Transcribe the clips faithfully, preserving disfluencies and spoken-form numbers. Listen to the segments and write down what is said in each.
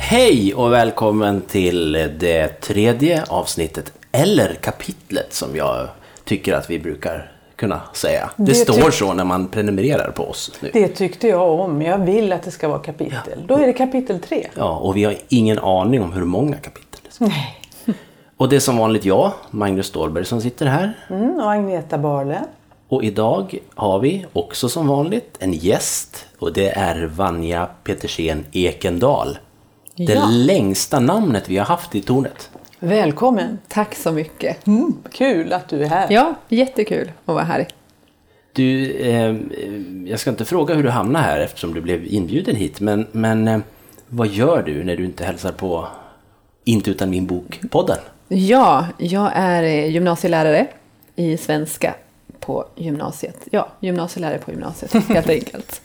Hej och välkommen till det tredje avsnittet, eller kapitlet som jag tycker att vi brukar kunna säga. Det, det står tyck- så när man prenumererar på oss nu. Det tyckte jag om, jag vill att det ska vara kapitel. Ja. Då är det kapitel tre. Ja, och vi har ingen aning om hur många kapitel det ska. Nej. Och det är som vanligt jag, Magnus Ståhlberg, som sitter här. Mm, och Agneta Barle. Och idag har vi också som vanligt en gäst. Och det är Vanja Petersen Ekendal. Det ja. längsta namnet vi har haft i tornet. Välkommen. Tack så mycket. Mm, kul att du är här. Ja, jättekul att vara här. Du, eh, jag ska inte fråga hur du hamnade här eftersom du blev inbjuden hit. Men, men eh, vad gör du när du inte hälsar på Inte utan min bok-podden? Ja, jag är gymnasielärare i svenska på gymnasiet. Ja, gymnasielärare på gymnasiet, helt enkelt.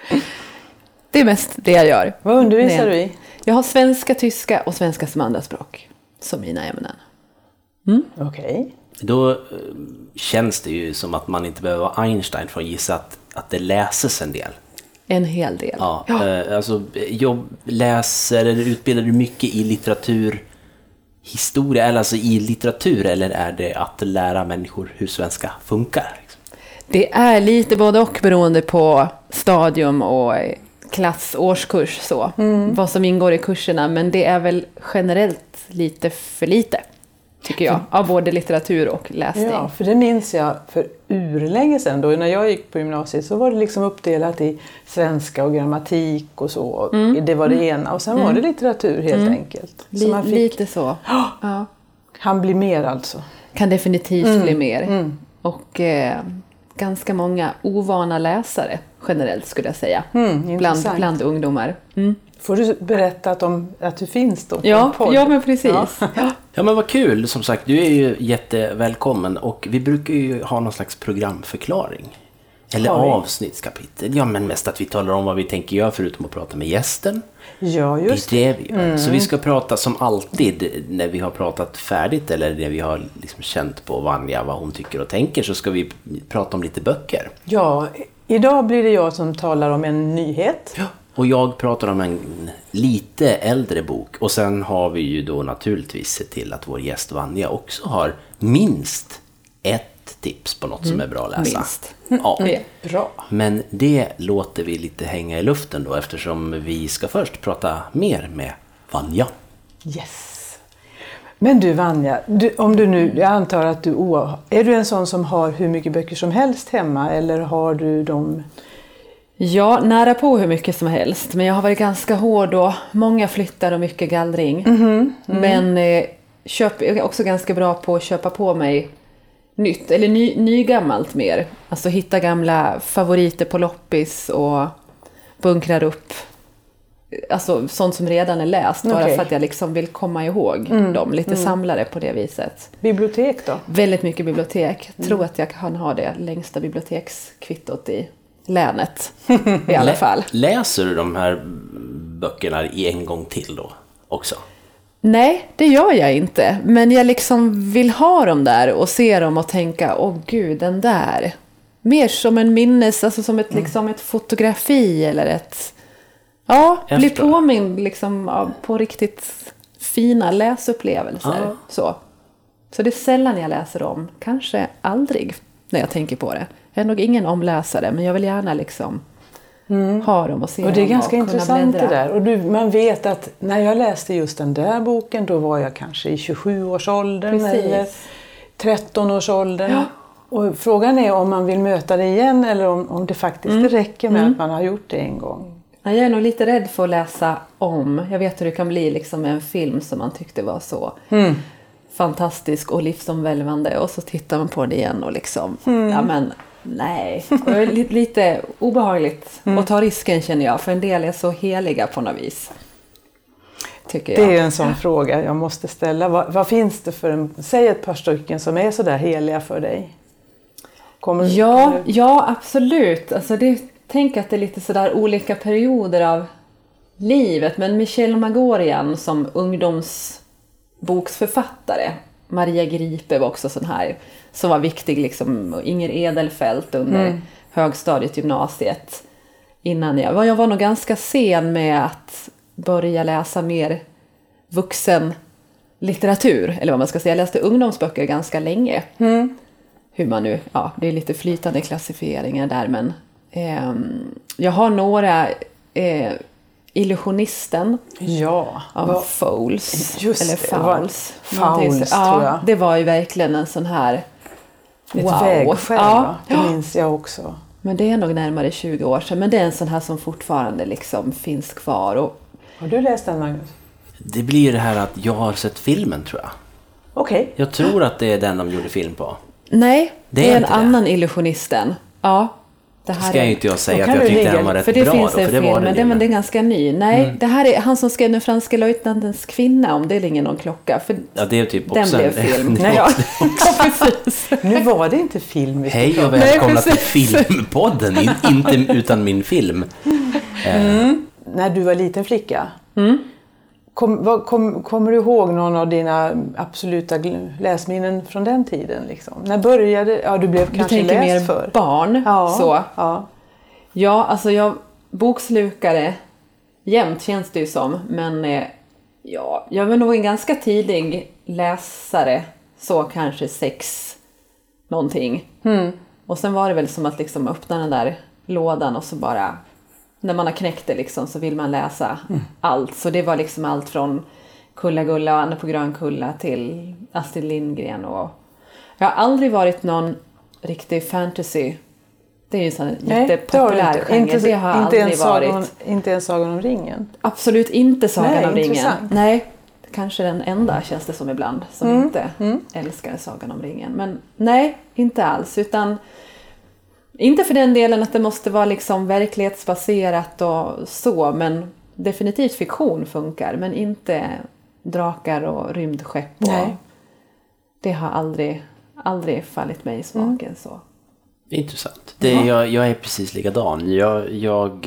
Det är mest det jag gör. Vad undervisar du i? Jag har svenska, tyska och svenska som andraspråk som mina ämnen. Mm. Okej. Okay. Då eh, känns det ju som att man inte behöver vara Einstein för att gissa att, att det läses en del. En hel del. Ja, ja. Eh, alltså jag läser eller utbildar du mycket i litteratur, historia, eller alltså i litteratur, eller är det att lära människor hur svenska funkar? Liksom? Det är lite både och beroende på stadium och klass, årskurs så. Mm. Vad som ingår i kurserna, men det är väl generellt lite för lite, tycker jag, av både litteratur och läsning. Ja, för det minns jag för urlänge sedan då, när jag gick på gymnasiet så var det liksom uppdelat i svenska och grammatik och så. Mm. Det var det ena och sen mm. var det litteratur helt mm. enkelt. Så man fick, lite så. Ja. Han blir mer alltså. Kan definitivt mm. bli mer. Mm. Och eh, ganska många ovana läsare generellt skulle jag säga. Mm, bland, bland ungdomar. Mm. Får du berätta att, de, att du finns då på ja, en podd? Ja, men precis. Ja. Ja, men vad kul. Som sagt, du är ju jättevälkommen. Och vi brukar ju ha någon slags programförklaring. Eller avsnittskapitel. Ja, men mest att vi talar om vad vi tänker göra förutom att prata med gästen. Ja, just det. är det vi gör. Mm. Så vi ska prata som alltid när vi har pratat färdigt eller när vi har liksom känt på Vanja vad hon tycker och tänker, så ska vi prata om lite böcker. Ja, idag blir det jag som talar om en nyhet. Ja. Och jag pratar om en lite äldre bok. Och sen har vi ju då naturligtvis sett till att vår gäst Vanja också har minst ett tips på något mm. som är bra att läsa. Minst. Ja. Mm. Bra. Men det låter vi lite hänga i luften då, eftersom vi ska först prata mer med Vanja. Yes. Men du Vanja, du, om du nu, jag antar att du, är du en sån som har hur mycket böcker som helst hemma, eller har du dem? Ja, nära på hur mycket som helst. Men jag har varit ganska hård och många flyttar och mycket gallring. Mm-hmm. Mm. Men eh, köp, jag är också ganska bra på att köpa på mig nytt eller ny, nygammalt mer. Alltså hitta gamla favoriter på loppis och bunkrar upp. Alltså sånt som redan är läst. Okay. Bara för att jag liksom vill komma ihåg mm. dem. Lite mm. samlare på det viset. Bibliotek då? Väldigt mycket bibliotek. Mm. Tror att jag kan ha det längsta bibliotekskvittot i länet i alla fall. Läser du de här böckerna i en gång till då också? Nej, det gör jag inte. Men jag liksom vill ha dem där och se dem och tänka, åh gud, den där. Mer som en minnes, alltså som ett, mm. liksom ett fotografi eller ett... Ja, Efter. bli påmind liksom av, på riktigt fina läsupplevelser. Ah. Så. Så det är sällan jag läser om. Kanske aldrig när jag tänker på det. Jag är nog ingen omläsare, men jag vill gärna liksom mm. ha dem och se dem. Och det är ganska och intressant det där. Och du, man vet att när jag läste just den där boken, då var jag kanske i tjugosju-årsåldern eller tretton-årsåldern. Ja. Och frågan är om man vill möta det igen eller om, om det faktiskt mm. räcker med mm. att man har gjort det en gång. Jag är nog lite rädd för att läsa om. Jag vet hur det kan bli liksom en film som man tyckte var så... Mm. fantastisk och livsomvälvande, och så tittar man på det igen och liksom mm. ja men nej, och det är lite, lite obehagligt mm. att ta risken, känner jag, för en del är så heliga på något vis, tycker jag. Det är en sån fråga jag måste ställa. Vad, vad finns det för en, säg ett par stycken som är så där heliga för dig? Kommer ja, du... ja absolut, alltså det, tänk att det är lite sådär olika perioder av livet, men Michel Magorian som ungdoms boksförfattare. Maria Gripe var också sån här som var viktig, liksom Inger Edelfelt under mm. högstadiet, gymnasiet. Innan jag var jag var nog ganska sen med att börja läsa mer vuxen litteratur, eller vad man ska säga. Jag läste ungdomsböcker ganska länge. Mm. Hur man nu, ja, det är lite flytande klassifieringar där, men eh, jag har några eh, Illusionisten ja, av var, Fowles just eller Fowles. Fowles ja, tror jag. Det var ju verkligen en sån här ett wow. vägskäl, ja. Det minns jag också. Men det är nog närmare tjugo år sedan, men det är en sån här som fortfarande liksom finns kvar. Och... Har du läst den, Magnus? Det blir det här att jag har sett filmen, tror jag. Okej. Okay. Jag tror att det är den de gjorde film på. Nej, det är, det är en det. annan Illusionisten. Ja. Det här ska är... ju inte jag säga att jag tyckte den var rätt för det bra. Finns då, en för det film, var men det, men det är ganska ny. Nej, mm. det här är han som skrev Den franska löjtnantens kvinna, om det ringer någon klocka. För ja, det är typ den också blev en... film. Nej, ja, precis. Nu var det inte film. Hej och välkomna till Filmpodden, In, inte utan min film. Mm. När du var liten flicka, mm. kom, vad, kom, kommer du ihåg någon av dina absoluta läsminnen från den tiden? Liksom? När började, ja du blev du kanske läst mer för. barn, ja, så. Ja. Ja, alltså jag bokslukare jämt känns det ju som, men eh, ja, jag var nog en ganska tidig läsare, så kanske sex någonting. Mm. Och sen var det väl som att liksom öppna den där lådan och så bara, när man har knäckt det liksom, så vill man läsa mm. allt. Så det var liksom allt från Kulla-Gulla och Anna på Grönkulla till Astrid Lindgren. Och jag har aldrig varit någon riktig fantasy. Det är ju en sån jättepopulär genre. Inte, det har inte aldrig ens varit. Sagan, inte ens Sagan om ringen? Absolut inte Sagan Nej, om ringen. Intressant. Nej, kanske den enda känns det som ibland som mm. inte mm. älskar Sagan om ringen. Men nej, inte alls. Utan inte för den delen att det måste vara liksom verklighetsbaserat och så. Men definitivt fiktion funkar. Men inte drakar och rymdskepp. Och nej. Det har aldrig, aldrig fallit mig i smaken mm. så. Intressant. Det, ja. jag, jag är precis likadan. Jag, jag,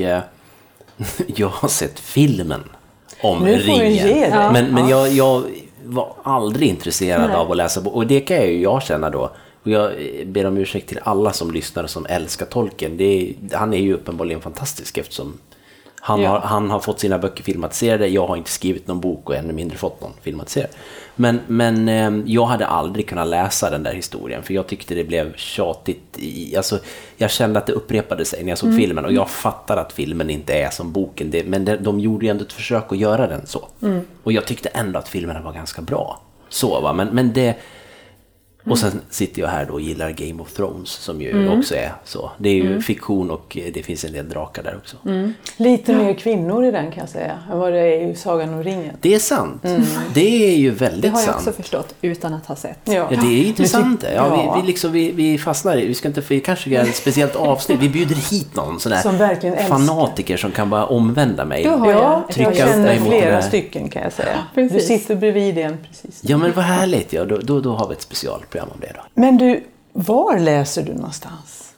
jag har sett filmen om nu får ringen. Ge det. Men, men ja. jag, jag var aldrig intresserad Nej. av att läsa. Och det kan ju jag känna då. Och jag ber om ursäkt till alla som lyssnar som älskar Tolkien. Det är, han är ju uppenbarligen fantastisk eftersom han, ja. har, han har fått sina böcker filmatiserade. Jag har inte skrivit någon bok och ännu mindre fått någon filmatiserad. Men, men eh, jag hade aldrig kunnat läsa den där historien. För jag tyckte det blev tjatigt. I, alltså, jag kände att det upprepade sig när jag såg mm. filmen. Och jag fattar att filmen inte är som boken. Det, men det, de gjorde ju ändå ett försök att göra den så. Mm. Och jag tyckte ändå att filmen var ganska bra. Så va, men, men det... Och sen sitter jag här då och gillar Game of Thrones som ju mm. också är så. Det är ju mm. fiktion och det finns en del drakar där också. Mm. Lite mer kvinnor i den kan jag säga än vad det är i Sagan om ringen. Det är sant. Mm. Det är ju väldigt sant. Det har jag sant. också förstått utan att ha sett. Ja, ja det är intressant. Ja, ja. Vi, vi, liksom, vi, vi fastnar i, vi ska inte vi kanske göra ett speciellt avsnitt. Vi bjuder hit någon sån där som verkligen fanatiker som kan bara omvända mig. Ja, jag, jag känner flera stycken kan jag säga. Ja, du sitter bredvid en precis. Ja, men vad härligt. Ja, då, då, då har vi ett specialprogram om det då. Men du, var läser du någonstans?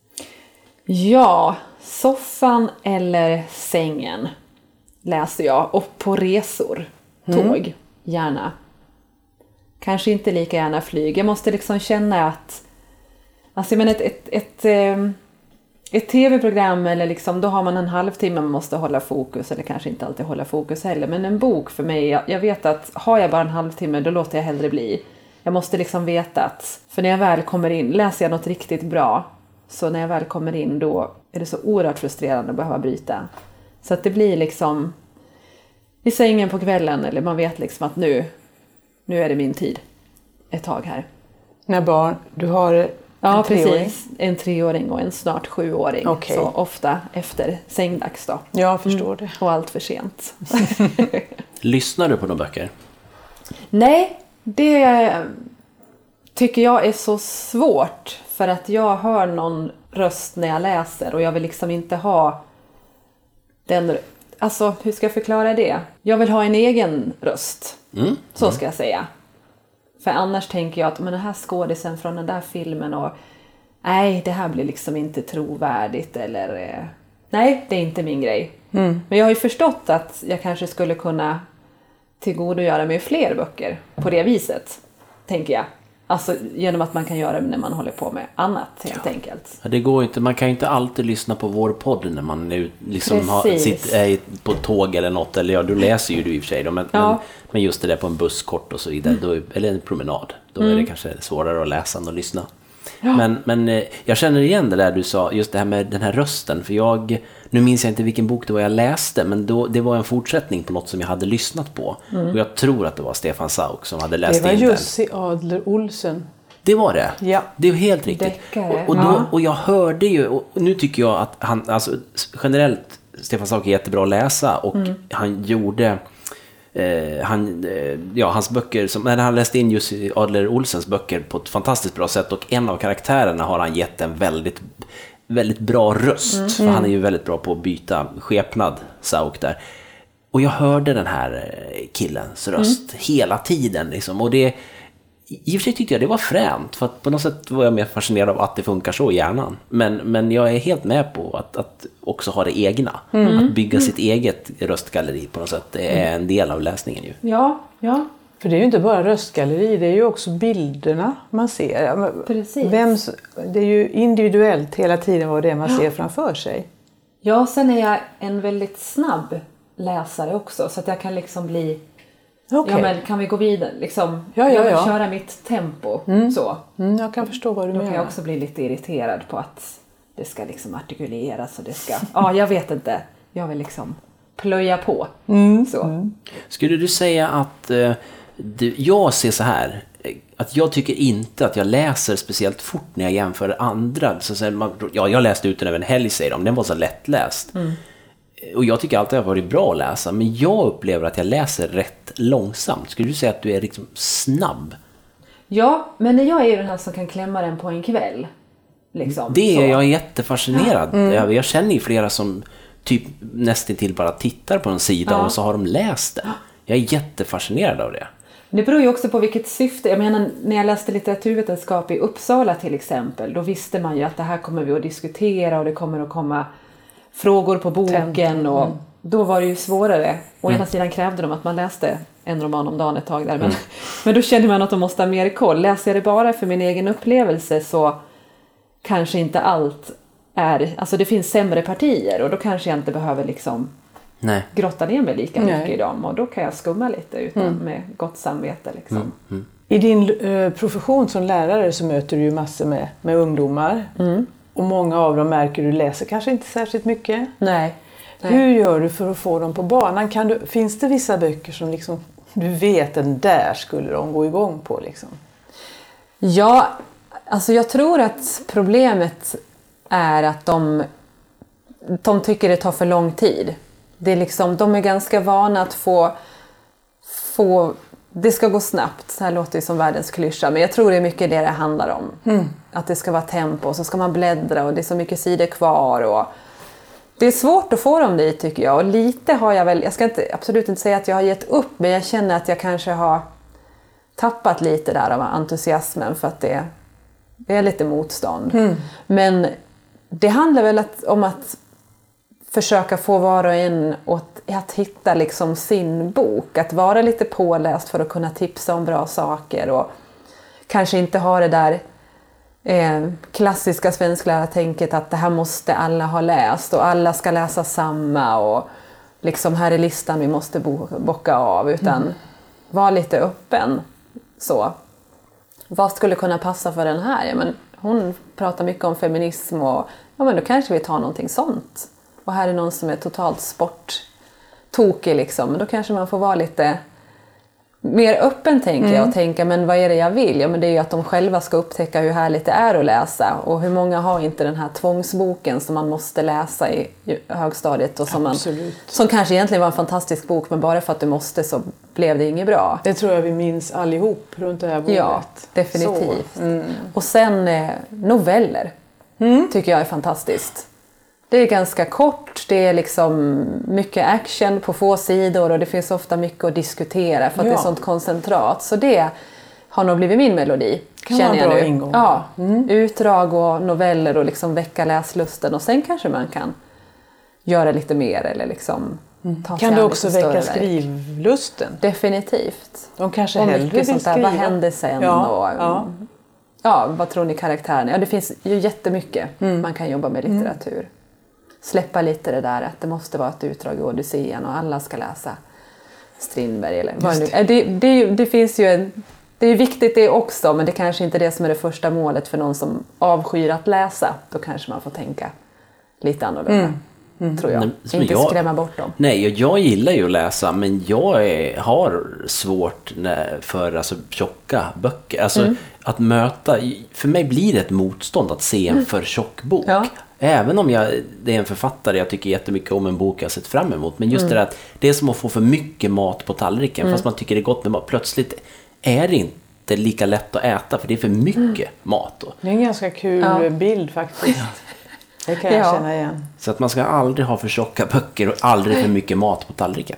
Ja, soffan eller sängen läser jag. Och på resor, tåg, mm. gärna. Kanske inte lika gärna flyg. Jag måste liksom känna att alltså, men ett, ett, ett, ett, ett tv-program eller liksom, då har man en halvtimme man måste hålla fokus. Eller kanske inte alltid hålla fokus heller. Men en bok för mig, jag, jag vet att har jag bara en halvtimme då låter jag hellre bli. Jag måste liksom veta att, för när jag väl kommer in, läser jag något riktigt bra. Så när jag väl kommer in då är det så oerhört frustrerande att behöva bryta. Så att det blir liksom i sängen på kvällen, eller man vet liksom att nu, nu är det min tid ett tag här. När barn, du har en ja, treåring? Precis. En treåring och en snart sjuåring. Okay. Så ofta efter sängdags då. Jag förstår det. Mm. Och allt för sent. Lyssnar du på de böcker? Nej, det tycker jag är så svårt. För att jag hör någon röst när jag läser. Och jag vill liksom inte ha den... Alltså, hur ska jag förklara det? Jag vill ha en egen röst. Mm. Så mm. ska jag säga. För annars tänker jag att men den här skådisen från den där filmen och... Nej, det här blir liksom inte trovärdigt. Eller... Nej, det är inte min grej. Mm. Men jag har ju förstått att jag kanske skulle kunna tillgodogöra mig fler böcker på det viset. Tänker jag. Alltså genom att man kan göra det när man håller på med annat helt ja. enkelt. Ja, det går inte, man kan ju inte alltid lyssna på vår podd när man är, liksom har, sitter, är på tåg eller något. Eller ja, du läser ju du i och för sig då, men, ja. men, men just det där på en busskort och så vidare, mm. då, eller en promenad, då mm. är det kanske svårare att läsa än att lyssna. Ja. Men, men jag känner igen det där du sa, just det här med den här rösten. För jag, nu minns jag inte vilken bok det var jag läste, men då, det var en fortsättning på något som jag hade lyssnat på. Mm. Och jag tror att det var Stefan Sauk som hade läst in den. Det var Jussi Adler Olsen. Det var det? Ja. Det är helt riktigt. Och, och, då, och jag hörde ju, och nu tycker jag att han, alltså generellt, Stefan Sauk är jättebra att läsa. Och mm. han gjorde... Eh, han, eh, ja, hans böcker som, när han läste in just Adler Olsens böcker på ett fantastiskt bra sätt, och en av karaktärerna har han gett en väldigt väldigt bra röst mm. för han är ju väldigt bra på att byta skepnad, Sauk där, och jag hörde den här killens röst mm. hela tiden liksom. Och det, i och för sig tyckte jag det var fränt, för att på något sätt var jag mer fascinerad av att det funkar så i hjärnan, men, men jag är helt med på att, att också ha det egna, mm. att bygga mm. sitt eget röstgalleri på något sätt, det är en del av läsningen ju. Ja, ja. För det är ju inte bara röstgalleri, det är ju också bilderna man ser. Precis. Vems, det är ju individuellt hela tiden vad det är man ja. ser framför sig. Ja, sen är jag en väldigt snabb läsare också, så att jag kan liksom bli... Okay. Ja, men kan vi gå vidare? Liksom, ja, ja, jag vill ja. köra mitt tempo. Mm. Så. Mm, jag kan förstå vad du Då menar. Då kan jag också bli lite irriterad på att det ska liksom artikuleras och det ska... Ja, jag vet inte. Jag vill liksom plöja på. Mm. Så. Mm. Skulle du säga att eh, du, jag ser så här, att jag tycker inte att jag läser speciellt fort när jag jämför andra. Så, så man, ja, jag läste ut den över en helg, säger de. Den var så lättläst. Mm. Och jag tycker alltid att det har varit bra att läsa, men jag upplever att jag läser rätt långsamt. Skulle du säga att du är liksom snabb? Ja, men jag är ju den här som kan klämma den på en kväll. Liksom. Det är så. Jag är jättefascinerad. Mm. Jag känner ju flera som typ nästan till bara tittar på en sida ja. och så har de läst det. Jag är jättefascinerad av det. Det beror ju också på vilket syfte. Jag menar, när jag läste litteraturvetenskap i Uppsala till exempel, då visste man ju att det här kommer vi att diskutera och det kommer att komma frågor på boken, och mm. då var det ju svårare. Å ena mm. sidan krävde de att man läste en roman om dagen ett tag där, men, mm. men då kände man att de måste ha mer koll. Läser jag det bara för min egen upplevelse så kanske inte allt är, alltså det finns sämre partier och då kanske jag inte behöver liksom Nej. grotta ner mig lika mycket Nej. i dem, och då kan jag skumma lite utan mm. med gott samvete liksom. Mm. Mm. I din eh, profession som lärare så möter du ju massor med, med ungdomar. Mm. Och många av dem märker du läser kanske inte särskilt mycket. Nej. Nej. Hur gör du för att få dem på banan? Kan du, finns det vissa böcker som liksom, du vet den där skulle de gå igång på? Liksom? Ja, alltså jag tror att problemet är att de, de tycker det tar för lång tid. Det är liksom, de är ganska vana att få... få det ska gå snabbt, så här låter det som världens klyscha, men jag tror det är mycket det det handlar om. Mm. Att det ska vara tempo, och så ska man bläddra och det är så mycket sidor kvar. Och det är svårt att få dem dit tycker jag, och lite har jag väl, jag ska inte, absolut inte säga att jag har gett upp, men jag känner att jag kanske har tappat lite där av entusiasmen för att det, det är lite motstånd. Mm. Men det handlar väl att, om att försöka få var och en att, att hitta liksom sin bok. Att vara lite påläst för att kunna tipsa om bra saker. Och kanske inte ha det där eh, klassiska svensklärartänket att det här måste alla ha läst. Och alla ska läsa samma. Och liksom här är listan vi måste bo, bocka av. Utan mm. vara lite öppen. Så. Vad skulle kunna passa för den här? Ja, men hon pratar mycket om feminism. Och ja, men då kanske vi tar någonting sånt. Och här är någon som är totalt sporttokig liksom. Men då kanske man får vara lite mer öppen tänker mm. jag. Och tänka, men vad är det jag vill? Ja, men det är ju att de själva ska upptäcka hur härligt det är att läsa. Och hur många har inte den här tvångsboken som man måste läsa i högstadiet. Och som, man, som kanske egentligen var en fantastisk bok. Men bara för att du måste så blev det inget bra. Det tror jag vi minns allihop runt det här bordet. Ja, definitivt. Mm. Och sen eh, noveller mm. tycker jag är fantastiskt. Det är ganska kort, det är liksom mycket action på få sidor och det finns ofta mycket att diskutera för att ja. det är sånt koncentrat. Så det har nog blivit min melodi, kan känner jag bra nu. Ingång. Ja, mm. Utdrag och noveller och liksom väcka läslusten, och sen kanske man kan göra lite mer eller liksom mm. ta sig Kan an det också lite väcka större skrivlusten? Definitivt. De kanske och hellre mycket vill sånt där, skriva. vad händer sen? Ja, och, ja. ja, vad tror ni karaktären? Ja, det finns ju jättemycket Mm. man kan jobba med litteratur. Mm. Släppa lite det där att det måste vara ett utdrag i Odysseen och alla ska läsa Strindberg eller vad det. Det, det, det finns ju en, det är viktigt det också, men det kanske inte är det som är det första målet för någon som avskyr att läsa. Då kanske man får tänka lite annorlunda. Mm. Mm. Tror jag. Nej, inte jag, skrämma bort dem. Nej, jag, jag gillar ju att läsa, men jag är, har svårt när, för alltså, tjocka böcker. Alltså mm. att möta, för mig blir det ett motstånd att se en för tjock bok. Ja. Även om jag, det är en författare jag tycker jättemycket om, en bok jag sett fram emot. Men just mm. det att det är som att få för mycket mat på tallriken. Mm. Fast man tycker det är gott med mat. Plötsligt är det inte lika lätt att äta, för det är för mycket mm. mat då. Det är en ganska kul ja. bild faktiskt. Ja. Det kan jag ja. känna igen. Så att man ska aldrig ha för tjocka böcker och aldrig för mycket mat på tallriken.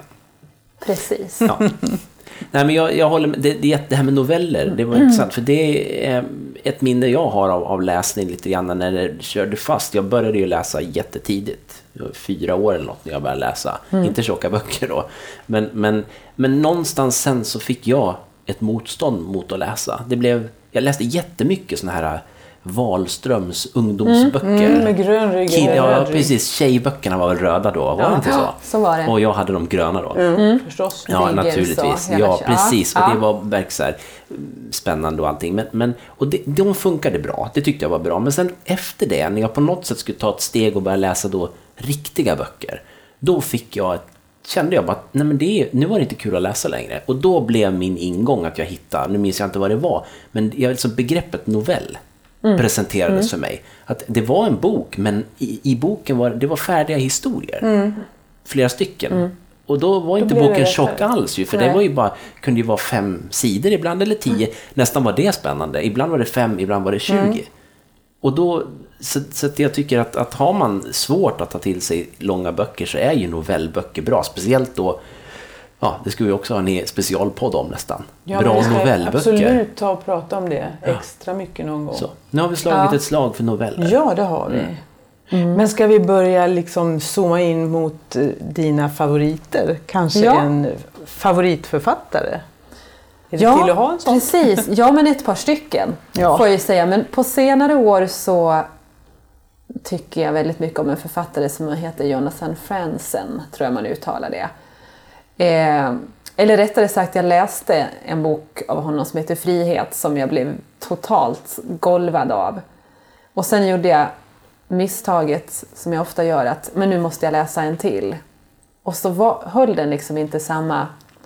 Precis. Ja. Nej, men jag, jag håller med, det, det, det här med noveller, det var mm. intressant, för det är ett minne jag har av, av läsning lite grann när det körde fast. Jag började ju läsa jättetidigt, fyra år eller något när jag började läsa, mm. inte tjocka böcker då. Men, men, men någonstans sen så fick jag ett motstånd mot att läsa. Det blev, jag läste jättemycket såna här Wahlströms ungdomsböcker. Mm, mm, med grön rygg. Kid, ja, precis. Tjejböckerna var väl röda då, var ja, det inte så? Så var det. Och jag hade de gröna då. Mm, mm. Förstås. Ja, Rigger, naturligtvis. Så, ja, precis. Ja. Och det var verkligen så här spännande och allting. Men, men, och det, de funkade bra. Det tyckte jag var bra. Men sen efter det, när jag på något sätt skulle ta ett steg och börja läsa då riktiga böcker, då fick jag ett kände jag bara att nej men det, nu var det inte kul att läsa längre. Och då blev min ingång att jag hittade, nu minns jag inte vad det var, men jag, liksom begreppet novell mm. presenterades mm. för mig. Att det var en bok, men i, i boken var det var färdiga historier. Mm. Flera stycken. Mm. Och då var då inte boken tjock alls ju, för nej. Det var ju bara, kunde ju vara fem sidor ibland eller tio. Mm. Nästan var det spännande. Ibland var det fem, ibland var det tjugo. Mm. Och då, så, så att jag tycker att, att har man svårt att ta till sig långa böcker så är ju novellböcker bra. Speciellt då, ja, det skulle vi också ha en specialpodd om nästan. Ja, bra novellböcker. Absolut ta och prata om det extra mycket någon gång. Så, nu har vi slagit ja. ett slag för noveller. Ja, det har vi. Mm. Mm. Men ska vi börja liksom zooma in mot dina favoriter? Kanske ja. en favoritförfattare? Är det ja, till att ha en sån? Precis. Ja, men ett par stycken ja. får jag säga. Men på senare år så tycker jag väldigt mycket om en författare som heter Jonathan Franzen, tror jag man uttalar det. Eh, eller rättare sagt, jag läste en bok av honom som heter Frihet som jag blev totalt golvad av. Och sen gjorde jag misstaget som jag ofta gör att men nu måste jag läsa en till. Och så var, höll den liksom inte samma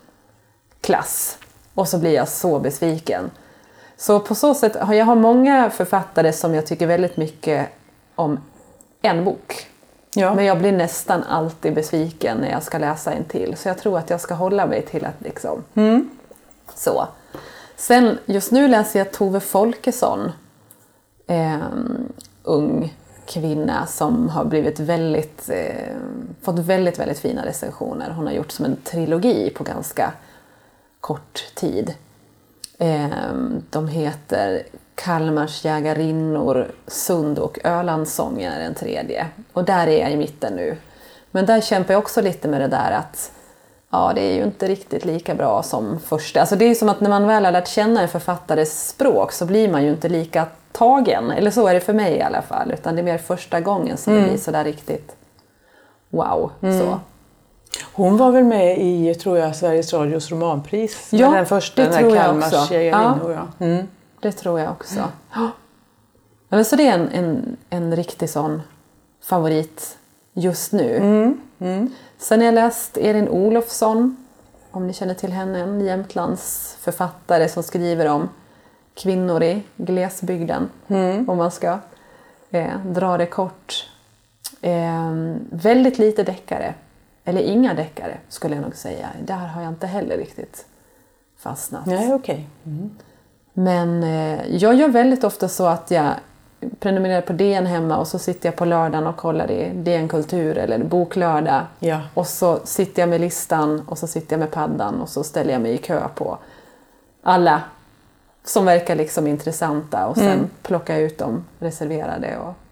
klass. Och så blir jag så besviken. Så på så sätt har jag har många författare som jag tycker väldigt mycket om en bok. Ja. Men jag blir nästan alltid besviken när jag ska läsa en till. Så jag tror att jag ska hålla mig till att liksom... Mm. Så. Sen just nu läser jag Tove Folkesson. Eh, ung kvinna som har blivit väldigt... Eh, fått väldigt, väldigt fina recensioner. Hon har gjort som en trilogi på ganska kort tid. Eh, de heter Kalmars jägarinnor, Sund och Ölandssången är en tredje. Och där är jag i mitten nu. Men där kämpar jag också lite med det där att ja, det är ju inte riktigt lika bra som första. Alltså det är som att när man väl har lärt känna en författares språk så blir man ju inte lika tagen. Eller så är det för mig i alla fall. Utan det är mer första gången som mm. det blir sådär riktigt wow. Mm. Så. Hon var väl med i, tror jag, Sveriges Radios romanpris. Ja, den första, det den tror här jag Kalmars också. jägarinnor. Ja. Ja. Mm. Det tror jag också. Mm. Ja. Men så det är en, en, en riktig sån favorit just nu. Mm. Mm. Sen har jag läst Erin Olofsson, om ni känner till henne, en Jämtlands författare som skriver om kvinnor i glesbygden. Mm. Om man ska eh, dra det kort. Eh, väldigt lite deckare. Eller inga deckare skulle jag nog säga. Där har jag inte heller riktigt fastnat. Nej, okej. Okay. Mm. Men eh, jag gör väldigt ofta så att jag prenumererar på D N hemma och så sitter jag på lördagen och kollar i D N Kultur eller Boklördag. Ja. Och så sitter jag med listan och så sitter jag med paddan och så ställer jag mig i kö på alla som verkar liksom intressanta och sen mm. plockar jag ut de reserverade och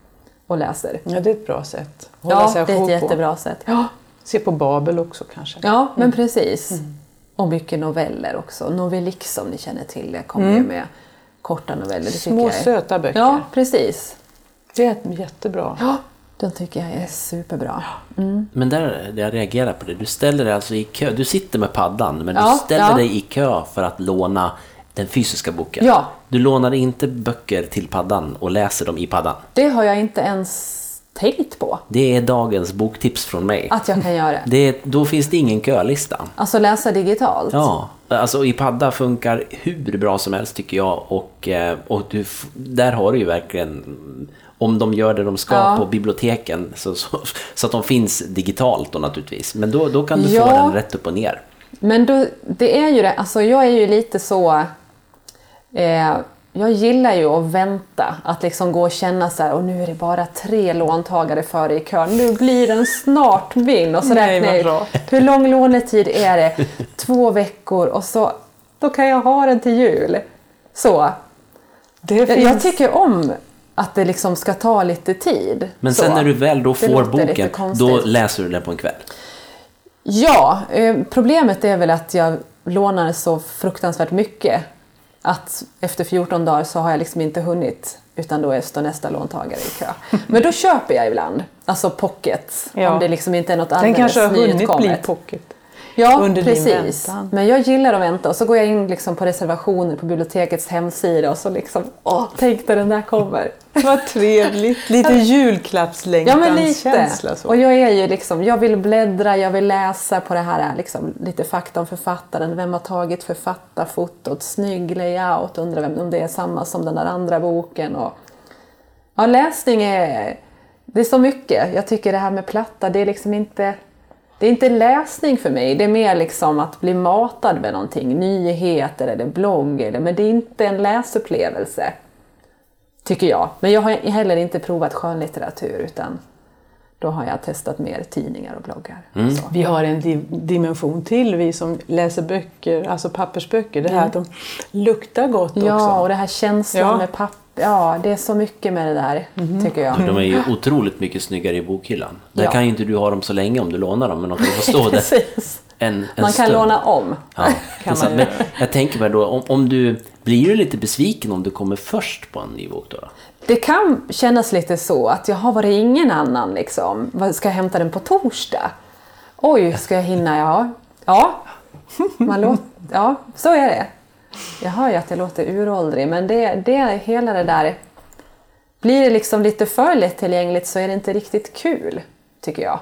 och läser. Ja, det är ett bra sätt. Hålla Ja, sig det är ett på. jättebra sätt. Ja, Se på Babel också kanske. ja men precis. Mm. Och mycket noveller också. Novelix som ni känner till, det kommer mm. ju med korta noveller. Det Små jag är... söta böcker. Ja, precis. Det är jättebra. Ja, den tycker jag är superbra. Mm. Men där, där jag reagerar på det. Du ställer dig alltså i kö. Du sitter med paddan, men ja, du ställer ja. dig i kö för att låna den fysiska boken. Ja. Du lånar inte böcker till paddan och läser dem i paddan. Det har jag inte ens tänkt på. Det är dagens boktips från mig. Att jag kan göra det. det är, då finns det ingen kölista. Alltså läsa digitalt? Ja, alltså i padda funkar hur bra som helst tycker jag. Och, och du, där har du ju verkligen, om de gör det de ska ja. på biblioteken så, så, så att de finns digitalt då naturligtvis. Men då, då kan du ja. få den rätt upp och ner. Men då, det är ju det, alltså jag är ju lite så... Eh, Jag gillar ju att vänta, att liksom gå och känna så här, och nu är det bara tre låntagare före i kön. Nu blir den snart min. Och så Nej, räknar jag hur lång lånetid är det? Två veckor och så då kan jag ha den till jul. Så. Det finns... jag, jag tycker om att det liksom ska ta lite tid. Men så. Sen när du väl då får boken, då läser du den på en kväll? Ja, eh, problemet är väl att jag lånar så fruktansvärt mycket. Att efter fjorton dagar så har jag liksom inte hunnit, utan då står nästa låntagare i kö. Men då köper jag ibland, alltså pocket, ja. om det liksom inte är något alldeles nyutkommet. Den kanske har hunnit bli pocket. Ja, under precis. Men jag gillar att vänta och så går jag in liksom på reservationer på bibliotekets hemsida och så liksom, åh, tänk när den där kommer. Vad trevligt. Lite julklappslängtanskänsla. Ja, och jag är ju liksom, jag vill bläddra, jag vill läsa på det här liksom, lite fakta om författaren. Vem har tagit författarfotot? Snygg layout. Undrar vem, om det är samma som den där andra boken. Och, ja, läsning är, det är så mycket. Jag tycker det här med platta, det är liksom inte... Det är inte läsning för mig, det är mer liksom att bli matad med någonting, nyheter eller blogg, eller, men det är inte en läsupplevelse, tycker jag. Men jag har heller inte provat skönlitteratur, utan då har jag testat mer tidningar och bloggar. Mm. Och så. Vi har en di- dimension till, vi som läser böcker, alltså pappersböcker, det här mm. att de luktar gott ja, också. Ja, och det här känslan ja. med papper. Ja, det är så mycket med det där, mm. tycker jag. De är ju otroligt mycket snyggare i bokhyllan. Där ja. kan ju inte du ha dem så länge om du lånar dem, men de kan ju få stå där en, en Man kan stund. låna om. Ja, kan man men jag tänker mig då, om, om du blir du lite besviken om du kommer först på en ny bok då? Det kan kännas lite så att jag har varit ingen annan liksom. Ska jag hämta den på torsdag? Oj, ska jag hinna? Ja, ja. Man låter, ja, så är det. Jag hör ju att jag låter uråldrig, men det, det är hela det där. Blir det liksom lite för lättillgängligt så är det inte riktigt kul, tycker jag.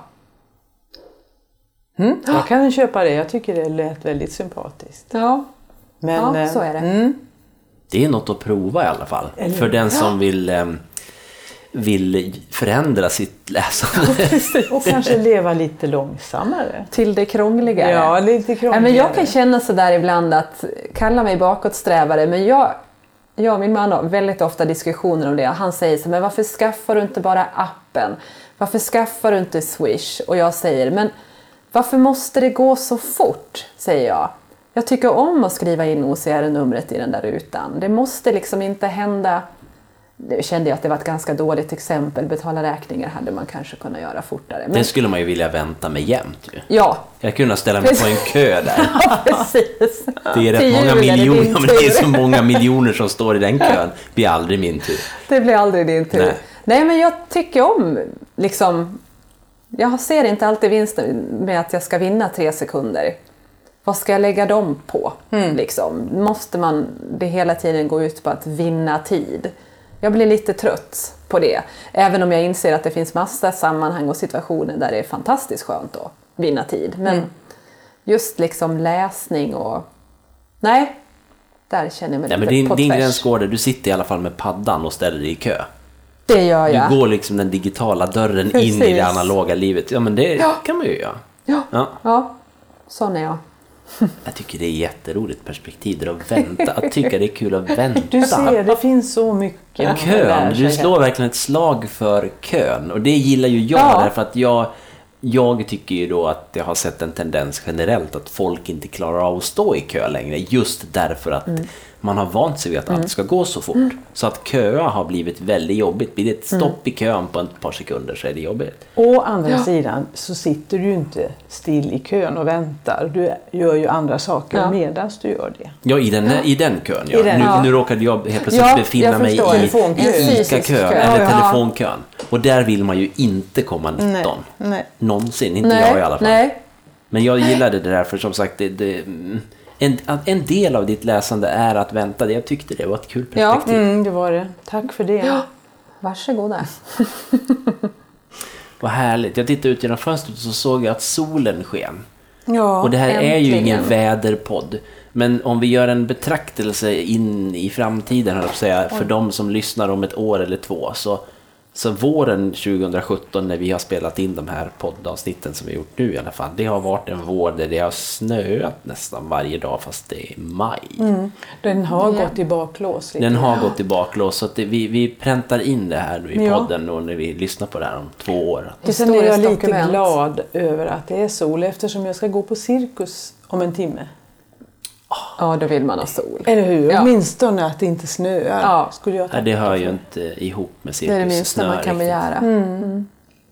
Mm, jag kan köpa det, jag tycker det lät väldigt sympatiskt. Ja, men, ja så är det. Mm. Det är något att prova i alla fall. Eller, för den som ja. vill, äm, vill förändra sitt läsande. Och kanske leva lite långsammare. Till det krångligare. Ja, lite krångligare. Ja, men jag kan känna så där ibland att kalla mig bakåtsträvare, men jag, jag och min man har väldigt ofta diskussioner om det. Han säger så, men varför skaffar du inte bara appen? Varför skaffar du inte Swish? Och jag säger, men varför måste det gå så fort, säger jag. Jag tycker om att skriva in O C R-numret i den där rutan. Det måste liksom inte hända. Nu kände jag att det var ett ganska dåligt exempel. Betala räkningar hade man kanske kunnat göra fortare. Men... Det skulle man ju vilja vänta med jämt. Ju. Ja. Jag kunde ställa mig på en kö där. Ja, precis. Det är rätt många miljoner, men det är så många miljoner som står i den kön. Det blir aldrig min tur. Det blir aldrig din tur. Nej, Nej men jag tycker om liksom... Jag ser inte alltid vinsten med att jag ska vinna tre sekunder. Vad ska jag lägga dem på? Mm. Liksom? Måste man det hela tiden gå ut på att vinna tid? Jag blir lite trött på det. Även om jag inser att det finns massa sammanhang och situationer där det är fantastiskt skönt att vinna tid. Men mm. just liksom läsning och... Nej, där känner jag mig ja, lite men din, på din tvärs. gräns går där. Du sitter i alla fall med paddan och ställer dig i kö. Det gör jag. Du går liksom den digitala dörren Precis. in i det analoga livet. Ja, men det ja. kan man ju göra. Ja, ja. ja. Sån är jag. Jag tycker det är jätteroligt perspektiv där att vänta. Att tycka det är kul att vänta. Du ser, det finns så mycket. Kön, du slår verkligen ett slag för kön. Och det gillar ju jag ja. därför att jag, jag tycker ju då att jag har sett en tendens generellt att folk inte klarar av att stå i kö längre. Just därför att mm. man har vant sig vid att mm. allt ska gå så fort. Mm. Så att köa har blivit väldigt jobbigt. Blir det ett stopp mm. i kön på ett par sekunder så är det jobbigt. Å andra ja. sidan så sitter du ju inte still i kön och väntar. Du gör ju andra saker ja. medan du gör det. Ja, i den, ja. I den kön. Ja. I den, nu, ja. nu råkade jag helt plötsligt ja, befinna mig i, i ICA-kön eller ja. telefonkön. Och där vill man ju inte komma nitton. Nej. Nej. Någonsin, inte Nej. jag i alla fall. Nej. Men jag gillade det där för som sagt det... det En, en del av ditt läsande är att vänta. Jag tyckte det var ett kul perspektiv. Ja, mm, det var det. Tack för det. Ja, varsågoda. Vad härligt. Jag tittade ut genom fönstret och så såg jag att solen sken. Ja, och det här äntligen. Är ju ingen väderpodd. Men om vi gör en betraktelse in i framtiden, här, säga, för de som lyssnar om ett år eller två, så... Så våren tjugohundrasjutton när vi har spelat in de här poddavsnitten som vi har gjort nu i alla fall. Det har varit en vår där det har snöat nästan varje dag fast det är maj. Mm. Den har ja. gått i baklås. Lite. Den har gått i baklås så att det, vi, vi präntar in det här nu i ja. podden och när vi lyssnar på det här om två år. Och sen är jag lite dokument. glad över att det är sol eftersom jag ska gå på cirkus om en timme. Ja, då vill man ha sol. Eller hur? Ja. Åtminstone att det inte snöar. Ja. Skulle jag Nej, det hör ju inte ihop med cirkus. Det är det minsta man kan begära. Mm. Mm.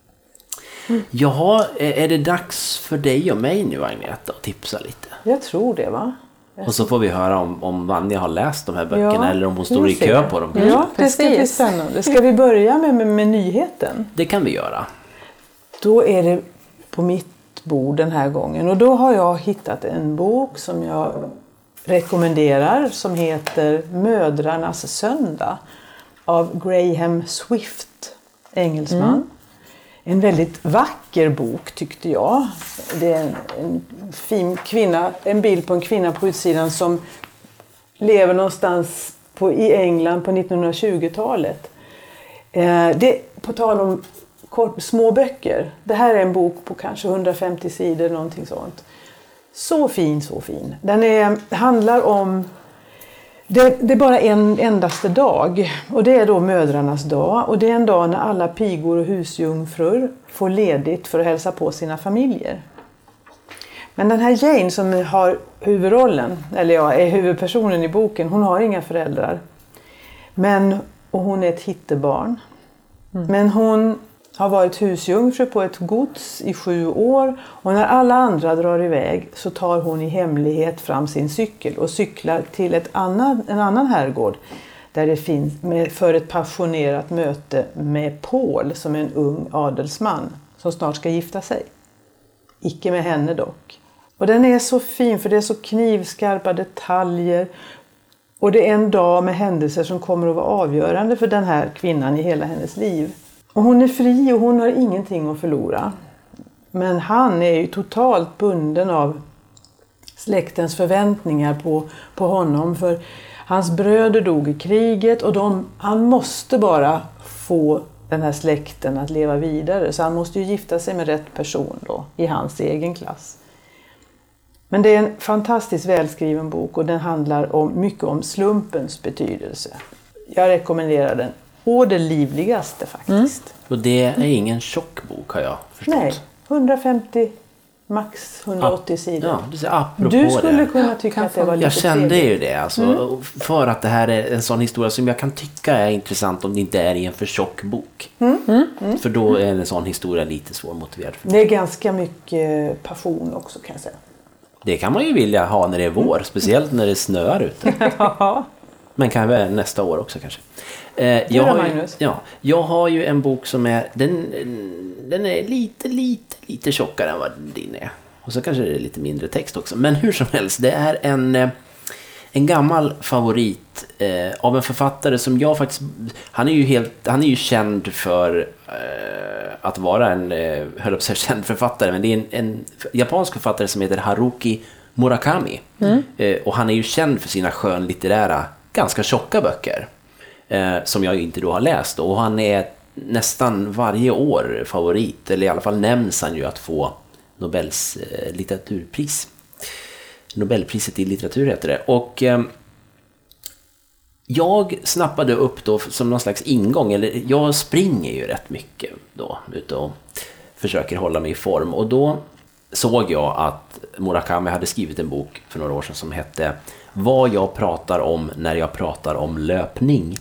Mm. Jaha, är det dags för dig och mig nu, Agneta, att tipsa lite? Jag tror det, va? Jag och så får vi höra om, om Vanja har läst de här böckerna ja, eller om hon står i kö på dem. Mm. Ja, det ska bli spännande. Ska vi börja med, med, med nyheten? Det kan vi göra. Då är det på mitt bord den här gången. Och då har jag hittat en bok som jag... rekommenderar som heter Mödrarnas söndag av Graham Swift, engelsman. Mm. En väldigt vacker bok tyckte jag. Det är en, en fin kvinna, en bild på en kvinna på utsidan som lever någonstans på, i England på nittonhundratjugotalet. Eh, det, på tal om kort, små böcker. Det här är en bok på kanske hundrafemtio sidor, någonting sånt. Så fin, så fin. Den är, handlar om, det, det är bara en endaste dag och det är då mödrarnas dag och det är en dag när alla pigor och husjungfrur får ledigt för att hälsa på sina familjer. Men den här Jane som har huvudrollen, eller ja, är huvudpersonen i boken, hon har inga föräldrar. Men, och hon är ett hittebarn. Mm. Men hon... har varit husjungfru på ett gods i sju år och när alla andra drar iväg så tar hon i hemlighet fram sin cykel och cyklar till ett annan, en annan herrgård där det finns med, för ett passionerat möte med Paul som är en ung adelsman som snart ska gifta sig. Icke med henne dock. Och den är så fin för det är så knivskarpa detaljer och det är en dag med händelser som kommer att vara avgörande för den här kvinnan i hela hennes liv. Och hon är fri och hon har ingenting att förlora. Men han är ju totalt bunden av släktens förväntningar på, på honom. För hans bröder dog i kriget och de, han måste bara få den här släkten att leva vidare. Så han måste ju gifta sig med rätt person då, i hans egen klass. Men det är en fantastiskt välskriven bok och den handlar om, mycket om slumpens betydelse. Jag rekommenderar den. Och det livligaste faktiskt. Mm. Och det är ingen tjock bok har jag förstått. Nej, hundrafemtio, max hundraåttio sidor. Ja, du, ser, apropå du skulle det. kunna tycka att det var lite Jag kände trevligt. ju det. Alltså, mm. För att det här är en sån historia som jag kan tycka är intressant om det inte är i en för tjock bok. Mm. Mm. Mm. För då är en sån historia lite svårmotiverad. För det är ganska mycket passion också kan jag säga. Det kan man ju vilja ha när det är vår. Mm. Speciellt när det snöar ute. Ja. Men kan väl nästa år också kanske. Eh, jag, har ju, ja, jag har ju en bok som är den, den är lite, lite, lite tjockare än vad din är. Och så kanske det är lite mindre text också. Men hur som helst, det är en, en gammal favorit eh, av en författare som jag faktiskt... Han är ju, helt, han är ju känd för eh, att vara en, eh, höll upp sig känd författare. Men det är en, en japansk författare som heter Haruki Murakami. Mm. Eh, och han är ju känd för sina skönlitterära, ganska tjocka böcker. Eh, som jag inte då har läst. Och han är nästan varje år favorit. Eller i alla fall nämns han ju att få Nobels eh, litteraturpris. Nobelpriset i litteratur heter det. Och eh, jag snappade upp då som någon slags ingång. Eller jag springer ju rätt mycket då. Ute och försöker hålla mig i form. Och då såg jag att Murakami hade skrivit en bok för några år sedan som hette vad jag pratar om när jag pratar om löpning.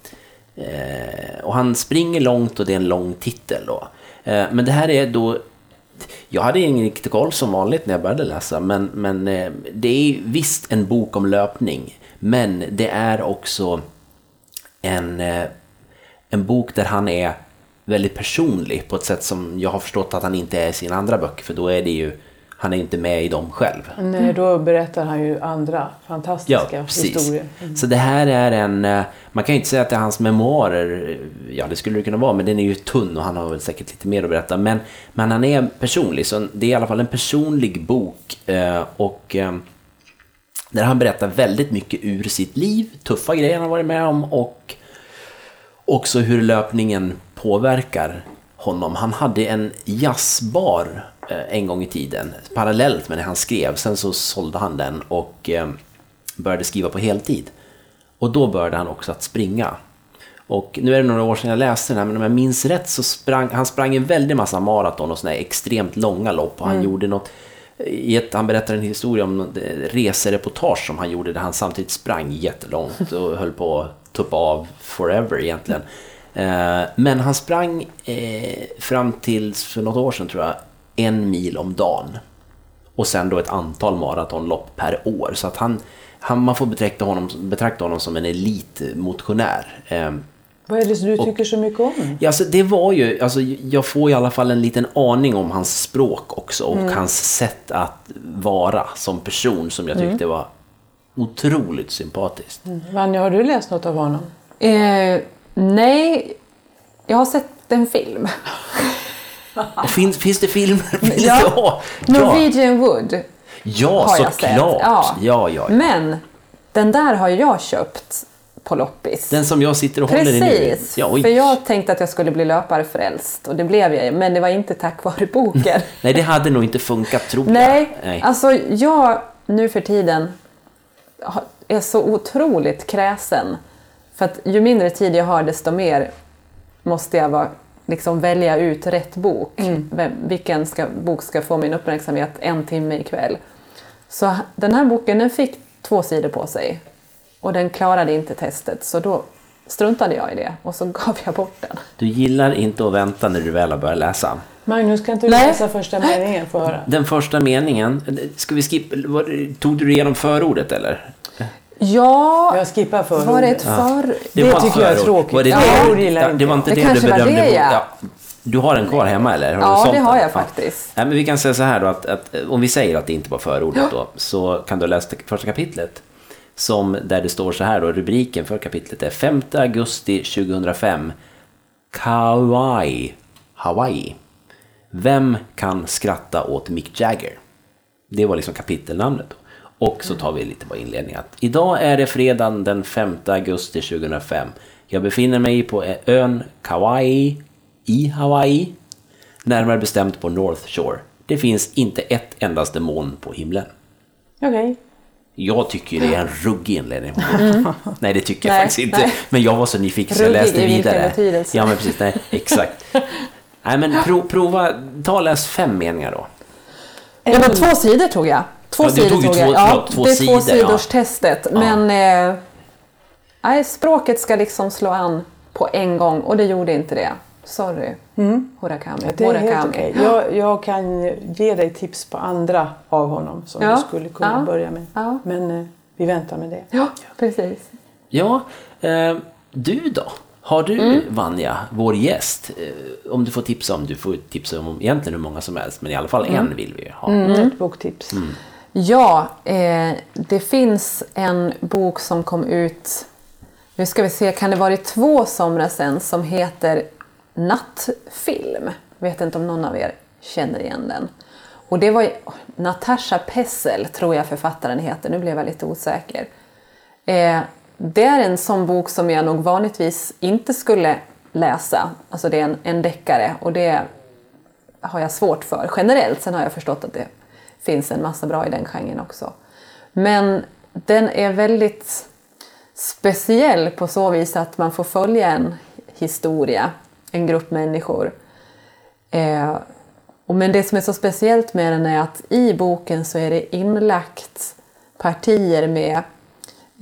Eh, och han springer långt och det är en lång titel då. Eh, men det här är då, jag hade ingen riktigt koll som vanligt när jag började läsa, men, men eh, det är visst en bok om löpning, men det är också en, eh, en bok där han är väldigt personlig på ett sätt som jag har förstått att han inte är i sina andra böcker, för då är det ju, han är inte med i dem själv. Nej, då berättar han ju andra fantastiska ja, historier. Mm. Så det här är en, man kan ju inte säga att det är hans memoarer, ja det skulle det kunna vara, men den är ju tunn och han har väl säkert lite mer att berätta, men, men han är personlig, så det är i alla fall en personlig bok, och där han berättar väldigt mycket ur sitt liv, tuffa grejer han har varit med om, och också hur löpningen påverkar honom. Han hade en jazzbar en gång i tiden, parallellt med när han skrev. Sen så sålde han den och började skriva på heltid. Och då började han också att springa. Och nu är det några år sedan jag läste den här, men om jag minns rätt så sprang han sprang en väldig massa maraton och såna här extremt långa lopp. Och han mm. gjorde något, i ett, han berättar en historia om resereportage som han gjorde där han samtidigt sprang jättelångt och höll på att tuppa av forever egentligen. Men han sprang fram till för något år sedan tror jag en mil om dagen. Och sen då ett antal maratonlopp per år. Så att han, han man får betrakta honom, betrakta honom som en elitmotionär. Vad är det du tycker och, så mycket om? Ja, alltså det var ju, alltså jag får i alla fall en liten aning om hans språk också. Och mm. hans sätt att vara som person som jag tyckte mm. var otroligt sympatiskt. Mm. Vanja, har du läst något av honom? Eh, nej, jag har sett en film. Finns, finns det filmer? Ja, ja. Norwegian Wood. Ja, såklart. Ja. Ja, ja, ja. Men den där har jag köpt på loppis. Den som jag sitter och Precis, håller i nu. Precis, ja, för jag tänkte att jag skulle bli löparfrälst. Och det blev jag, men det var inte tack vare boken. Nej, det hade nog inte funkat, tror jag. Nej, Nej, alltså jag nu för tiden är så otroligt kräsen. För att ju mindre tid jag har, desto mer måste jag vara, liksom välja ut rätt bok. Mm. Vem, vilken ska, bok ska få min uppmärksamhet en timme ikväll. Så den här boken, den fick två sidor på sig. Och den klarade inte testet. Så då struntade jag i det. Och så gav jag bort den. Du gillar inte att vänta när du väl har börjat läsa. Magnus, kan inte du Nej. läsa första meningen för höra? Den första meningen, ska vi skippa, tog du igenom förordet eller? Ja, jag skippar förordet. Var det ett för... Ja. Det, det tycker jag är tråkigt. Var det, ja, det, det, det var inte det, det du bedömde. Det, ja. Ja. Du har den kvar hemma eller? Har ja, du sålt det har jag den? faktiskt. Ja, men vi kan säga så här då att, att om vi säger att det inte var förordet då, så kan du läsa första kapitlet. Som där det står så här då, rubriken för kapitlet är femte augusti tjugohundrafem, Kauai, Hawaii. Vem kan skratta åt Mick Jagger? Det var liksom kapitelnamnet då. Och så tar vi lite på inledningen. Idag är det fredagen den femte augusti tjugohundrafem. Jag befinner mig på ön Kauai i Hawaii. Närmare bestämt på North Shore. Det finns inte ett endaste moln på himlen. Okej. Okay. Jag tycker det är en ruggig inledning. Mm. Nej, det tycker jag nej, faktiskt inte. Nej. Men jag var så nyfiken så jag läste vidare. Ja, men precis. Nej, exakt. Nej, men prov, prova, ta och läs fem meningar då. Ja, men två sidor tog jag. Två ja, sidor tog tog två, jag. Ja, två det är sidor, två sidors ja. testet. Ja. Men eh, nej, språket ska liksom slå an på en gång. Och det gjorde inte det. Sorry. Mm. Murakami. Ja, det är helt okej. Jag, jag kan ge dig tips på andra av honom som ja. du skulle kunna ja. börja med. Ja. Men eh, vi väntar med det. Ja, precis. Ja, eh, du då? Har du, mm. Vanja, vår gäst, eh, om du får tipsa om, du får tipsa om egentligen hur många som helst, men i alla fall mm. en vill vi ha. Mm. Ett boktips. Mm. Ja, eh, det finns en bok som kom ut, nu ska vi se, kan det vara två somrar sedan, som heter Nattfilm. Vet inte om någon av er känner igen den. Och det var Natasha Pessel, tror jag författaren heter, nu blev jag lite osäker. Eh, det är en sån bok som jag nog vanligtvis inte skulle läsa. Alltså det är en, en deckare och det har jag svårt för generellt. Sen har jag förstått att det finns en massa bra i den genren också. Men den är väldigt speciell på så vis att man får följa en historia, en grupp människor. Eh, och men det som är så speciellt med den är att i boken så är det inlagt partier med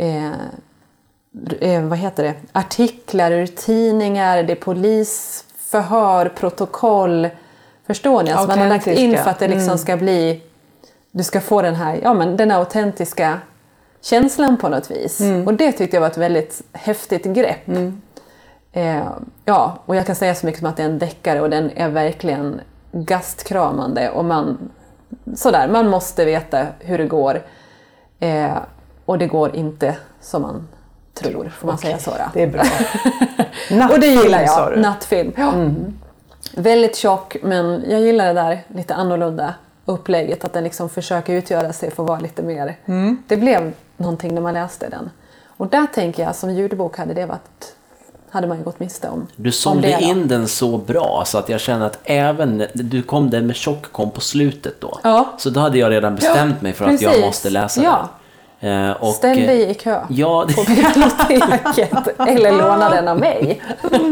eh, eh, vad heter det? Artiklar ur tidningar, det är polisförhör, protokoll. Förstår ni? Alltså man har lagt in för att det liksom mm. ska bli, du ska få den här, ja men den autentiska känslan på något vis. Mm. Och det tyckte jag var ett väldigt häftigt grepp. Mm. Eh, ja, och jag kan säga så mycket som att det är en deckare och den är verkligen gastkramande och man, sådär, man måste veta hur det går. Eh, och det går inte som man tror, får man okay. säga så då. Det är bra. Och det gillar jag, nattfilm. Ja. Mm. Väldigt tjock, men jag gillar det där lite annorlunda upplägget, att den liksom försöker utgöra sig för att vara lite mer. Mm. Det blev någonting när man läste den. Och där tänker jag, som ljudbok hade det varit, hade man ju gått miste om. Du sålde in den så bra så att jag känner att även, du kom den med tjock kom på slutet då. Ja. Så då hade jag redan bestämt ja, mig för precis. Att jag måste läsa ja. den. Eh, och, ställ dig i kö ja, det... på biblioteket eller låna den av mig.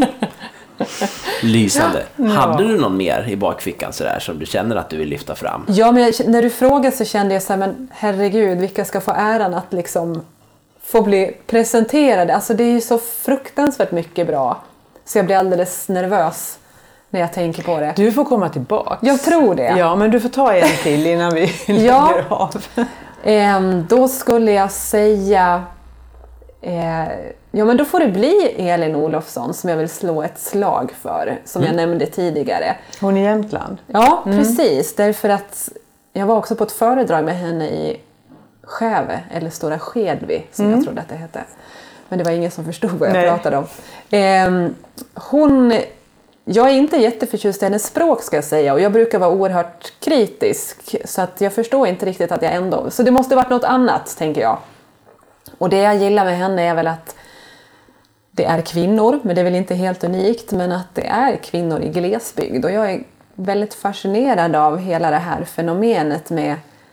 Lysande. Ja. Hade du någon mer i bakfickan så där som du känner att du vill lyfta fram? Ja, men jag, när du frågade så kände jag så här, men herregud, vilka ska få äran att liksom få bli presenterade? Alltså det är ju så fruktansvärt mycket bra. Så jag blir alldeles nervös när jag tänker på det. Du får komma tillbaka. Jag tror det. Ja, men du får ta en till innan vi ja, lägger av. eh, då skulle jag säga... Eh, ja, men då får det bli Elin Olofsson som jag vill slå ett slag för, som mm. jag nämnde tidigare. Hon är i Jämtland. Ja, mm. precis. Därför att jag var också på ett föredrag med henne i Skäve, eller Stora Skedvi som mm. jag trodde att det hette. Men det var ingen som förstod vad jag Nej. pratade om. Eh, hon... Jag är inte jätteförtjust i hennes språk, ska jag säga, och jag brukar vara oerhört kritisk, så att jag förstår inte riktigt att jag ändå... Så det måste varit något annat, tänker jag. Och det jag gillar med henne är väl att det är kvinnor, men det är väl inte helt unikt, men att det är kvinnor i glesbygd. Och jag är väldigt fascinerad av hela det här fenomenet med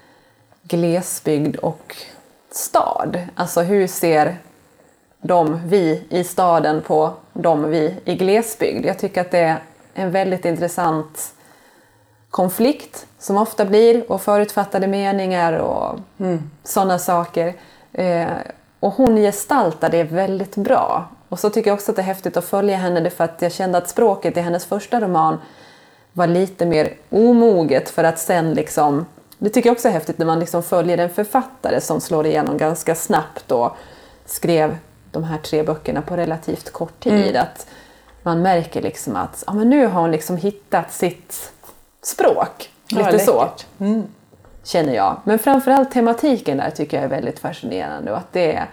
glesbygd och stad. Alltså hur ser de vi i staden på de vi i glesbygd? Jag tycker att det är en väldigt intressant konflikt som ofta blir, och förutfattade meningar och mm. sådana saker. Eh, och hon gestaltar det väldigt bra. Och så tycker jag också att det är häftigt att följa henne, för att jag kände att språket i hennes första roman var lite mer omoget, för att sen liksom, det tycker jag också är häftigt när man liksom följer en författare som slår igenom ganska snabbt och skrev de här tre böckerna på relativt kort tid. Mm. Att man märker liksom att ja, men nu har hon liksom hittat sitt språk. Ja, lite så. Mm. Känner jag. Men framförallt tematiken där tycker jag är väldigt fascinerande. Och att det är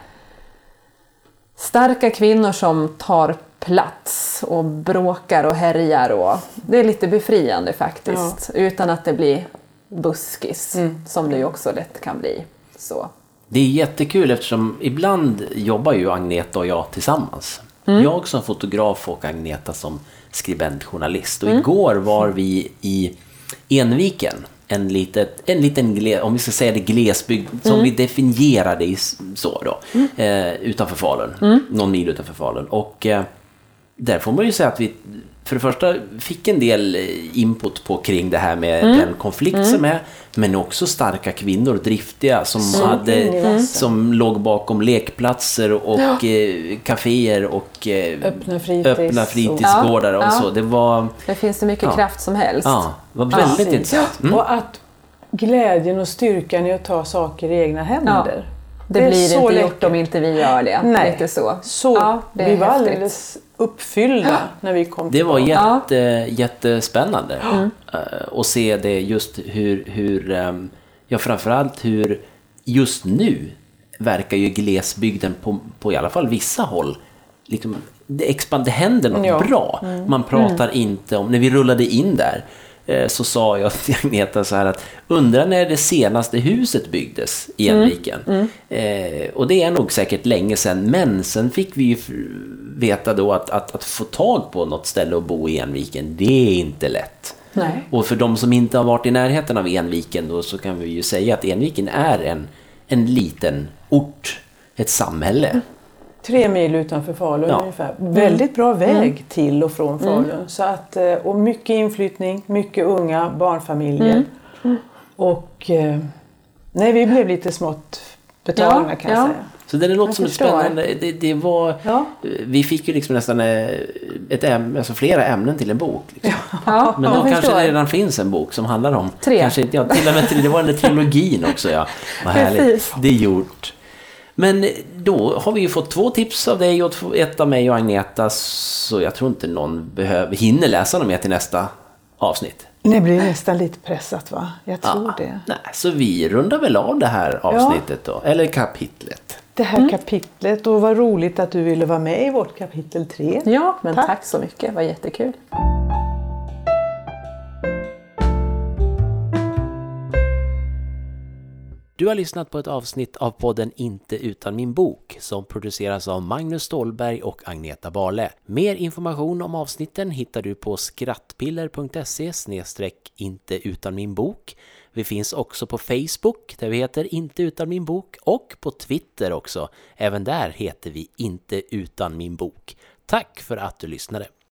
starka kvinnor som tar plats och bråkar och härjar. Och det är lite befriande faktiskt. Ja. Utan att det blir buskis. Mm. Som det ju också lätt kan bli. Så. Det är jättekul eftersom ibland jobbar ju Agneta och jag tillsammans. Mm. Jag som fotograf och Agneta som skribentjournalist. Och mm. igår var vi i Enviken. En, litet, en liten, gle, om vi ska säga det, glesbygd som mm. vi definierade i så då, mm. eh, utanför Falun, mm. någon mil utanför Falun. Och eh, där får man ju säga att vi för det första fick en del input på kring det här med mm. den konflikt mm. som är, men också starka kvinnor, driftiga, som, mm. hade, mm. som låg bakom lekplatser och ja. eh, kaféer och eh, öppna, fritids. öppna fritidsgårdar och, ja. och så. Det, var, det finns så mycket ja. kraft som helst. Ja, det var väldigt ja. intressant. Mm. Och att glädjen och styrkan i att ta saker i egna händer. Ja. Det, det blir inte läckert. Gjort om inte vi gör det. Nej. Lite så. så ja, det vi var häftigt. Alldeles uppfyllda ja. När vi kom Det tillbaka. var jätte, ja. jättespännande mm. att se det, just hur, hur ja, framförallt hur just nu verkar ju glesbygden på, på i alla fall vissa håll liksom, det, expand, det händer något ja. bra. Mm. Man pratar mm. inte om, när vi rullade in där så sa jag till Agneta så här att undra när det senaste huset byggdes i Enviken. Mm. Mm. Eh, och det är nog säkert länge sedan, men sen fick vi ju veta då att, att, att få tag på något ställe att bo i Enviken, det är inte lätt. Nej. Och för de som inte har varit i närheten av Enviken då, så kan vi ju säga att Enviken är en, en liten ort, ett samhälle. Mm. Tre mil utanför Falun ja. ungefär. Mm. Väldigt bra väg mm. till och från Falun. Mm. Så att, och mycket inflyttning, mycket unga barnfamiljer. Mm. Mm. Och nej, vi blev lite smått betalna ja, kan jag ja. säga. Så det låter Jag som förstår. ett spännande, det, det var, Ja. vi fick ju liksom nästan ett ämne, alltså flera ämnen till en bok. Liksom. Ja, Men då jag kanske förstår. det redan finns en bok som handlar om, Tre. kanske inte, ja, till och med tre, det var den där trilogin också, ja. Vad härligt, Precis. det är gjort. Men då har vi ju fått två tips av dig och ett av mig och Agneta, så jag tror inte någon behöver, hinner läsa dem mer till nästa avsnitt. Det blir nästan lite pressat, va? Jag tror Ja, det. nej, så vi rundar väl av det här avsnittet då, eller kapitlet. Det här kapitlet, och vad roligt att du ville vara med i vårt kapitel tre. Ja, men tack. Tack. så mycket. Det var jättekul. Du har lyssnat på ett avsnitt av podden Inte utan min bok som produceras av Magnus Ståhlberg och Agneta Barle. Mer information om avsnitten hittar du på skrattpiller punkt se slash inte utan min bok. Vi finns också på Facebook där vi heter Inte utan min bok och på Twitter också. Även där heter vi Inte utan min bok. Tack för att du lyssnade.